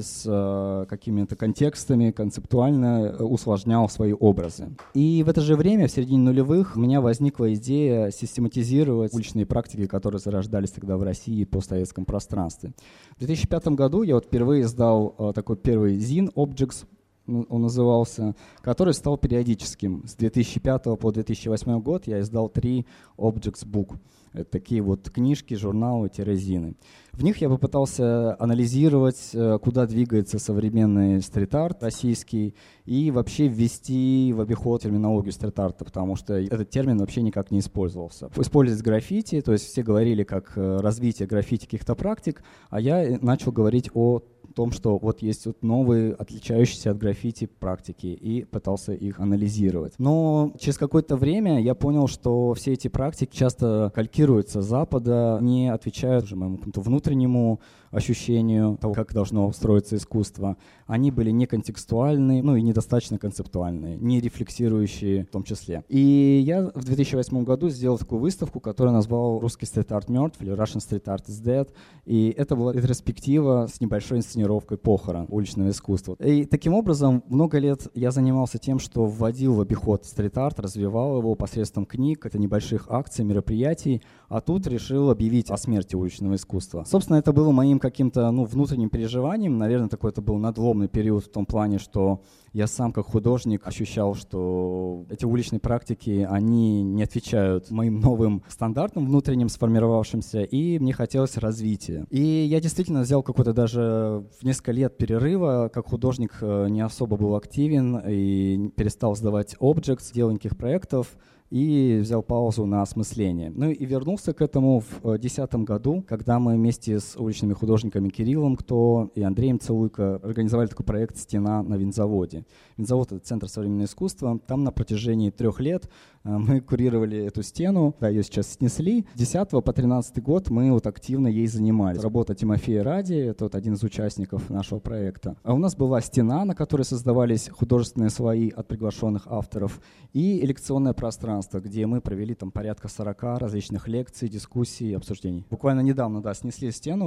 с какими-то контекстами, концептуально усложнял свои образы. И в это же время, в середине нулевых, у меня возникла идея систематизировать уличные практики, которые зарождались тогда в России и постсоветском пространстве. В 2005 году я впервые издал такой первый зин «Objects», он назывался, который стал периодическим. С 2005 по 2008 год я издал 3 Objects Book. Это такие книжки, журналы, зины. В них я попытался анализировать, куда двигается современный стрит-арт российский, и вообще ввести в обиход терминологию стрит-арта, потому что этот термин вообще никак не использовался. Использовать граффити, то есть все говорили как развитие граффити каких-то практик, а я начал говорить о том, что есть новые, отличающиеся от граффити практики, и пытался их анализировать. Но через какое-то время я понял, что все эти практики часто калькируются с Запада, не отвечают уже моему какому-то внутреннему ощущению того, как должно устроиться искусство. Они были не контекстуальные, и недостаточно концептуальные, не рефлексирующие в том числе. И я в 2008 году сделал такую выставку, которую назвал «Русский стрит-арт мертв» или «Russian Street Art is Dead». И это была ретроспектива с небольшой инсценировкой похорон уличного искусства. И таким образом много лет я занимался тем, что вводил в обиход стрит-арт, развивал его посредством книг, это небольших акций, мероприятий, а тут решил объявить о смерти уличного искусства. Собственно, это было моим каким-то внутренним переживанием. Наверное, такой это был надломный период в том плане, что я сам как художник ощущал, что эти уличные практики, они не отвечают моим новым стандартам внутренним сформировавшимся, и мне хотелось развития. И я действительно взял какой-то даже в несколько лет перерыва, как художник не особо был активен и перестал сдавать Objects, делал никаких проектов, и взял паузу на осмысление. И вернулся к этому в 2010 году, когда мы вместе с уличными художниками Кириллом и Андреем Целуйко организовали такой проект «Стена» на винзаводе. Винзавод — это центр современного искусства. Там на протяжении 3 лет мы курировали эту стену, ее сейчас снесли. С 2010 по 2013 год мы активно ей занимались. Работа Тимофея Ради, это один из участников нашего проекта. А у нас была стена, на которой создавались художественные слои от приглашенных авторов, и лекционное пространство, где мы провели порядка 40 различных лекций, дискуссий, обсуждений. Буквально недавно, снесли стену,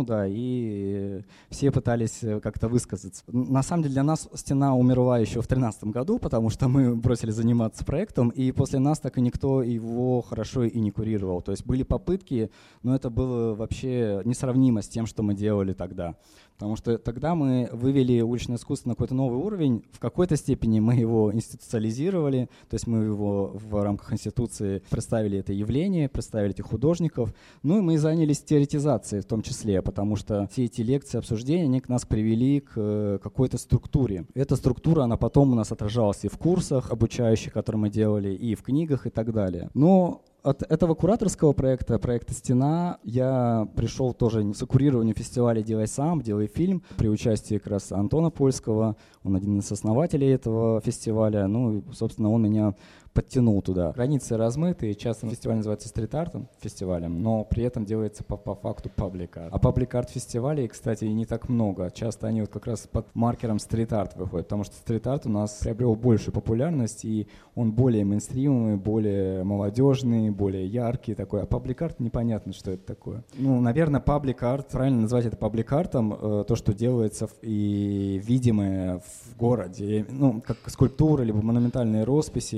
и все пытались как-то высказаться. На самом деле для нас стена умерла еще в 2013 году, потому что мы бросили заниматься проектом, и после нас так и никто его хорошо и не курировал. То есть были попытки, но это было вообще несравнимо с тем, что мы делали тогда. Потому что тогда мы вывели уличное искусство на какой-то новый уровень. В какой-то степени мы его институциализировали, то есть мы его в рамках институции представили это явление, представили этих художников. И мы занялись теоретизацией в том числе, потому что все эти лекции, обсуждения, они нас привели к какой-то структуре. Эта структура, она потом у нас отражалась и в курсах обучающих, которые мы делали, и в книгах и так далее. Но от этого кураторского проекта «Стена», я пришел тоже с курированию фестиваля «Делай сам», «Делай фильм» при участии как раз Антона Польского. Он один из основателей этого фестиваля. Собственно, он меня подтянул туда. Границы размыты, часто фестиваль называется стрит-артом фестивалем, но при этом делается по факту паблик-арт. А паблик-арт фестивалей, кстати, не так много. Часто они как раз под маркером стрит-арт выходят, потому что стрит-арт у нас приобрел большую популярность, и он более мейнстримовый, более молодежный, более яркий такой. А паблик-арт непонятно, что это такое. Наверное, паблик-арт, правильно назвать это паблик-артом, то, что делается и видимое в городе, как скульптуры, либо монументальные росписи,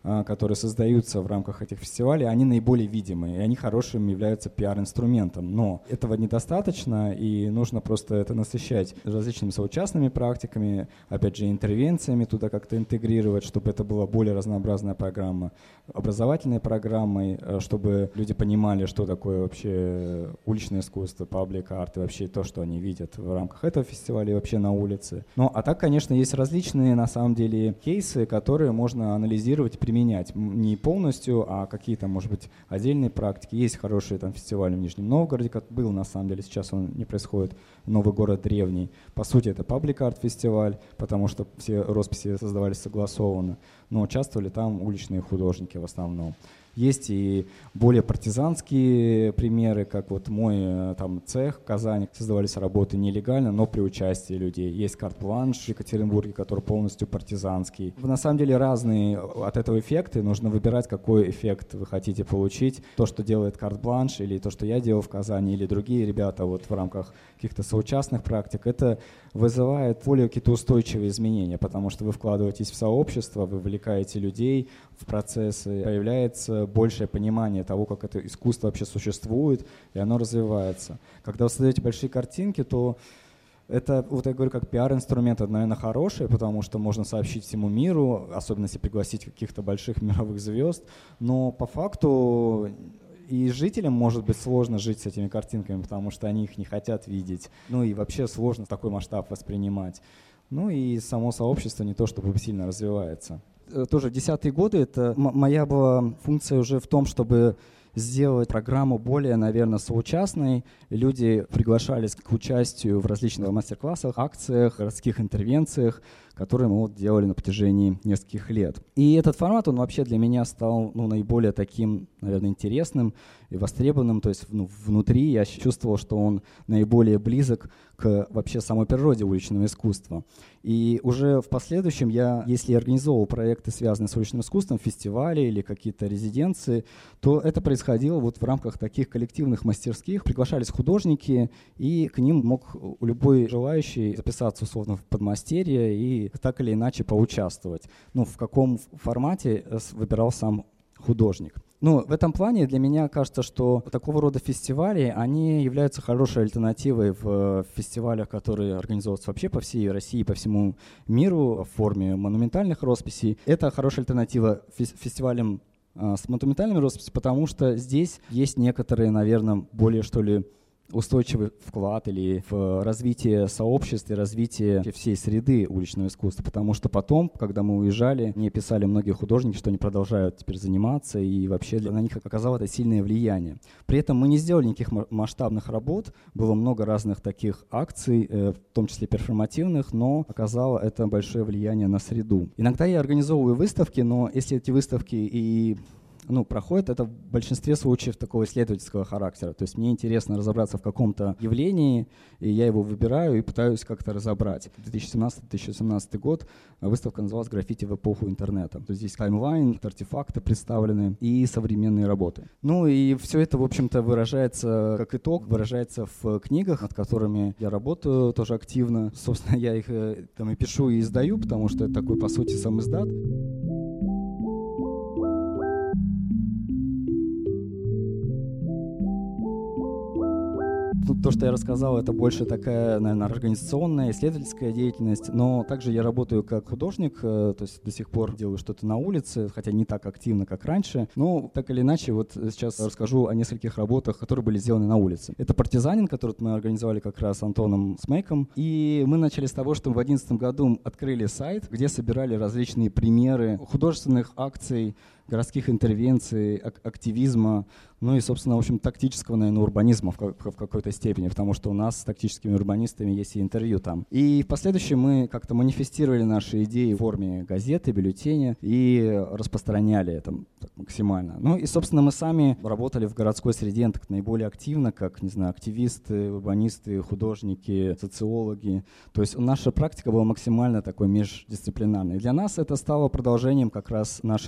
которые создаются в рамках этих фестивалей, они наиболее видимые, и они хорошим являются пиар-инструментом. Но этого недостаточно, и нужно просто это насыщать различными соучастными практиками, опять же, интервенциями туда как-то интегрировать, чтобы это была более разнообразная программа, образовательной программой, чтобы люди понимали, что такое вообще уличное искусство, паблик-арт и вообще то, что они видят в рамках этого фестиваля и вообще на улице. Ну, а так, конечно, есть различные, на самом деле, кейсы, которые можно анализировать и применять. Не полностью, а какие-то, может быть, отдельные практики. Есть хорошие там фестивали в Нижнем Новгороде, как был, на самом деле, сейчас он не происходит. Новый город древний. По сути, это паблик-арт-фестиваль, потому что все росписи создавались согласованно, но участвовали там уличные художники в основном. Есть и более партизанские примеры, как вот мой там цех в Казани. Создавались работы нелегально, но при участии людей. Есть карт-бланш в Екатеринбурге, который полностью партизанский. На самом деле разные от этого эффекты. Нужно выбирать, какой эффект вы хотите получить. То, что делает карт-бланш, или то, что я делал в Казани, или другие ребята вот в рамках каких-то соучастных практик, это вызывает более какие-то устойчивые изменения, потому что вы вкладываетесь в сообщество, вы вовлекаете людей в процессы, появляется большее понимание того, как это искусство вообще существует, и оно развивается. Когда вы создаете большие картинки, то это, вот я говорю, как пиар-инструмент, это, наверное, хороший, потому что можно сообщить всему миру, особенно если пригласить каких-то больших мировых звезд, но по факту и жителям может быть сложно жить с этими картинками, потому что они их не хотят видеть. Ну и вообще сложно такой масштаб воспринимать. Ну и само сообщество не то чтобы сильно развивается. Тоже в 10-е годы это моя была функция уже в том, чтобы сделать программу более, наверное, соучастной. Люди приглашались к участию в различных мастер-классах, акциях, городских интервенциях, которые мы вот делали на протяжении нескольких лет. И этот формат, он вообще для меня стал наиболее таким, наверное, интересным и востребованным. То есть внутри я чувствовал, что он наиболее близок к вообще самой природе уличного искусства. И уже в последующем я, если организовывал проекты, связанные с уличным искусством, фестивали или какие-то резиденции, то это происходило вот в рамках таких коллективных мастерских. Приглашались художники, и к ним мог любой желающий записаться условно в подмастерье и так или иначе поучаствовать. Ну, в каком формате выбирал сам художник. Ну, в этом плане для меня кажется, что такого рода фестивали, они являются хорошей альтернативой в фестивалях, которые организовываются вообще по всей России, по всему миру в форме монументальных росписей. Это хорошая альтернатива фестивалям с монументальными росписями, потому что здесь есть некоторые, наверное, более, что ли, устойчивый вклад или в развитие сообществ и развитие всей среды уличного искусства, потому что потом, когда мы уезжали, мне писали многие художники, что они продолжают теперь заниматься, и вообще на них оказало это сильное влияние. При этом мы не сделали никаких масштабных работ, было много разных таких акций, в том числе перформативных, но оказало это большое влияние на среду. Иногда я организовываю выставки, но если эти выставки и проходит это в большинстве случаев такого исследовательского характера. То есть мне интересно разобраться в каком-то явлении, и я его выбираю и пытаюсь как-то разобрать. 2017-2018 год выставка называлась «Граффити в эпоху интернета». То есть здесь таймлайн, артефакты представлены и современные работы. Ну и все это, в общем-то, выражается, как итог, выражается в книгах, над которыми я работаю тоже активно. Собственно, я их там и пишу, и издаю, потому что это такой, по сути, сам издат. То, что я рассказал, это больше такая, наверное, организационная, исследовательская деятельность, но также я работаю как художник, то есть до сих пор делаю что-то на улице, хотя не так активно, как раньше, но так или иначе, вот сейчас расскажу о нескольких работах, которые были сделаны на улице. Это «Партизанин», который мы организовали как раз с Антоном Смейком, и мы начали с того, что в 2011 году открыли сайт, где собирали различные примеры художественных акций, городских интервенций, активизма, ну и, собственно, в общем, тактического, наверное, урбанизма в какой-то степени, потому что у нас с тактическими урбанистами есть и интервью там. И в последующем мы как-то манифестировали наши идеи в форме газеты, бюллетеня и распространяли это максимально. Ну и, собственно, мы сами работали в городской среде так наиболее активно, как, не знаю, активисты, урбанисты, художники, социологи. То есть наша практика была максимально такой междисциплинарной. Для нас это стало продолжением как раз нашей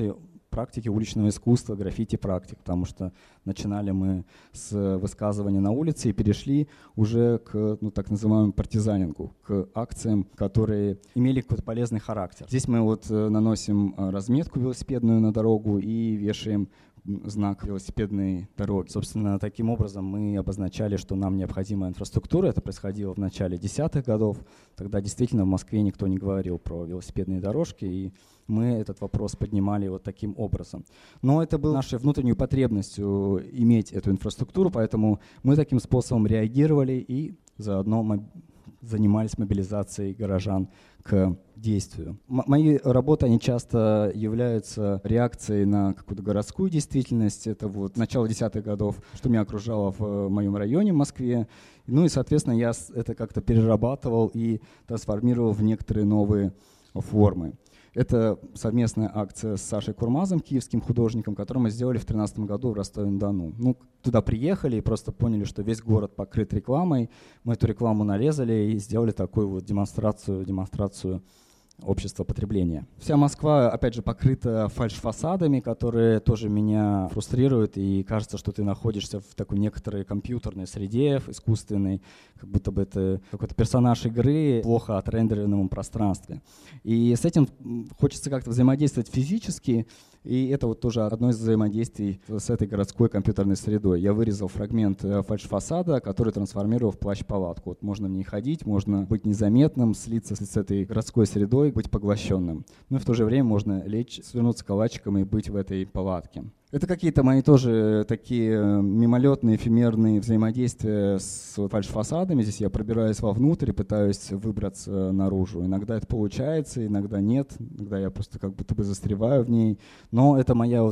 практики уличного искусства, граффити-практик, потому что начинали мы с высказывания на улице и перешли уже к так называемому партизанингу, к акциям, которые имели какой-то полезный характер. Здесь мы наносим разметку велосипедную на дорогу и вешаем знак велосипедной дороги. Собственно, таким образом мы обозначали, что нам необходима инфраструктура. Это происходило в начале 10-х годов. Тогда действительно в Москве никто не говорил про велосипедные дорожки, и мы этот вопрос поднимали вот таким образом. Но это было нашей внутренней потребностью иметь эту инфраструктуру, поэтому мы таким способом реагировали и заодно занимались мобилизацией горожан к действию. Мои работы, они часто являются реакцией на какую-то городскую действительность. Это начало 10-х годов, что меня окружало в моем районе в Москве. И, соответственно, я это как-то перерабатывал и трансформировал в некоторые новые формы. Это совместная акция с Сашей Курмазом, киевским художником, которую мы сделали в 2013 году в Ростове-на-Дону. Туда приехали и просто поняли, что весь город покрыт рекламой. Мы эту рекламу нарезали и сделали такую демонстрацию общества потребления. Вся Москва, опять же, покрыта фальш-фасадами, которые тоже меня фрустрируют, и кажется, что ты находишься в такой некоторой компьютерной среде, искусственной, как будто бы это какой-то персонаж игры в плохо отрендеренном пространстве. И с этим хочется как-то взаимодействовать физически, и это тоже одно из взаимодействий с этой городской компьютерной средой. Я вырезал фрагмент фальш-фасада, который трансформировал в плащ-палатку. Можно в ней ходить, можно быть незаметным, слиться с этой городской средой, быть поглощенным. Но и в то же время можно лечь, свернуться калачиком и быть в этой палатке. Это какие-то мои тоже такие мимолетные, эфемерные взаимодействия с фальш-фасадами. Здесь я пробираюсь вовнутрь и пытаюсь выбраться наружу. Иногда это получается, иногда нет. Иногда я просто как будто бы застреваю в ней. Но это моя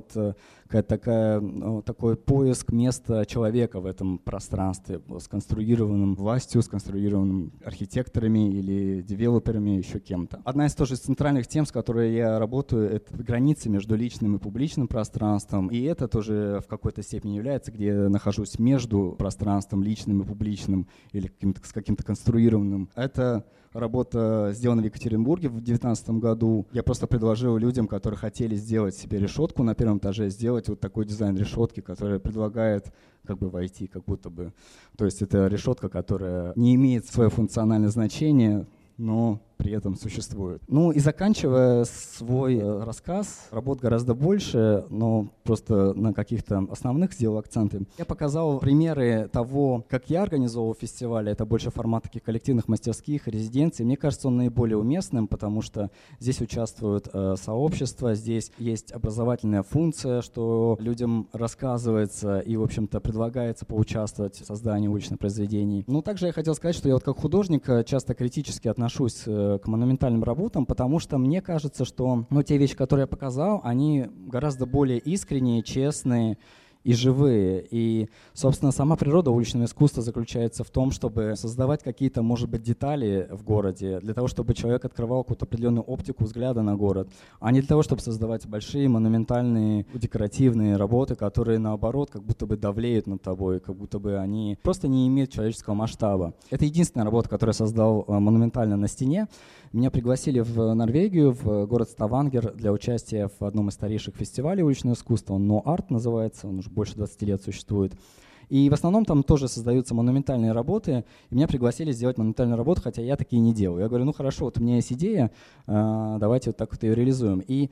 такой поиск места человека в этом пространстве, сконструированным властью, сконструированным архитекторами или девелоперами, еще кем-то. Одна из тоже центральных тем, с которой я работаю, это границы между личным и публичным пространством. И это тоже в какой-то степени является, где я нахожусь между пространством личным и публичным или с каким-то конструированным. Это работа сделана в Екатеринбурге в 2019 году. Я просто предложил людям, которые хотели сделать себе решетку на первом этаже, сделать такой дизайн решетки, которая предлагает войти, как будто бы. То есть это решетка, которая не имеет свое функциональное значение, но при этом существует. И заканчивая свой рассказ, работ гораздо больше, но просто на каких-то основных сделал акценты. Я показал примеры того, как я организовывал фестивали. Это больше формат таких коллективных мастерских, резиденций. Мне кажется, он наиболее уместным, потому что здесь участвуют сообщества, здесь есть образовательная функция, что людям рассказывается и, в общем-то, предлагается поучаствовать в создании уличных произведений. Также я хотел сказать, что я как художник часто критически отношусь к монументальным работам, потому что мне кажется, что те вещи, которые я показал, они гораздо более искренние, честные и живые. И, собственно, сама природа уличного искусства заключается в том, чтобы создавать какие-то, может быть, детали в городе, для того, чтобы человек открывал какую-то определенную оптику взгляда на город, а не для того, чтобы создавать большие, монументальные, декоративные работы, которые, наоборот, как будто бы давлеют над тобой, как будто бы они просто не имеют человеческого масштаба. Это единственная работа, которую я создал монументально на стене. Меня пригласили в Норвегию, в город Ставангер, для участия в одном из старейших фестивалей уличного искусства. Он No Art называется, он уже больше 20 лет существует. И в основном там тоже создаются монументальные работы. И меня пригласили сделать монументальную работу, хотя я такие не делаю. Я говорю, хорошо, у меня есть идея, давайте так ее реализуем. И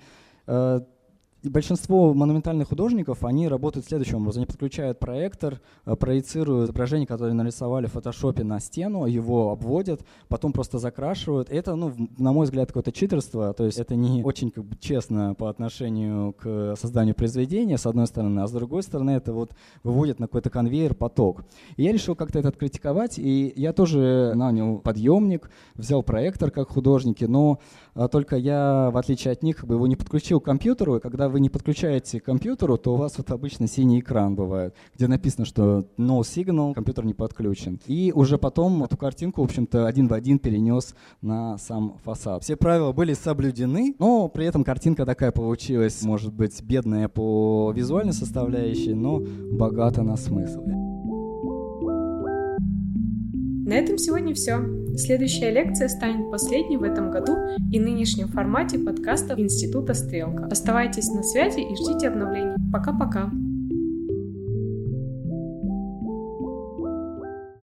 большинство монументальных художников, они работают следующим образом. Они подключают проектор, проецируют изображение, которое нарисовали в фотошопе на стену, его обводят, потом просто закрашивают. Это, на мой взгляд, какое-то читерство, то есть это не очень честно по отношению к созданию произведения, с одной стороны, а с другой стороны это выводит на какой-то конвейер поток. И я решил как-то это откритиковать, и я тоже нанял подъемник, взял проектор как художники, но только я, в отличие от них, его не подключил к компьютеру, и когда вы не подключаете к компьютеру, то у вас обычно синий экран бывает, где написано, что no signal, компьютер не подключен. И уже потом эту картинку, в общем-то, один в один перенес на сам фасад. Все правила были соблюдены, но при этом картинка такая получилась, может быть, бедная по визуальной составляющей, но богата на смыслы. На этом сегодня все. Следующая лекция станет последней в этом году и нынешнем формате подкаста Института Стрелка. Оставайтесь на связи и ждите обновлений. Пока-пока!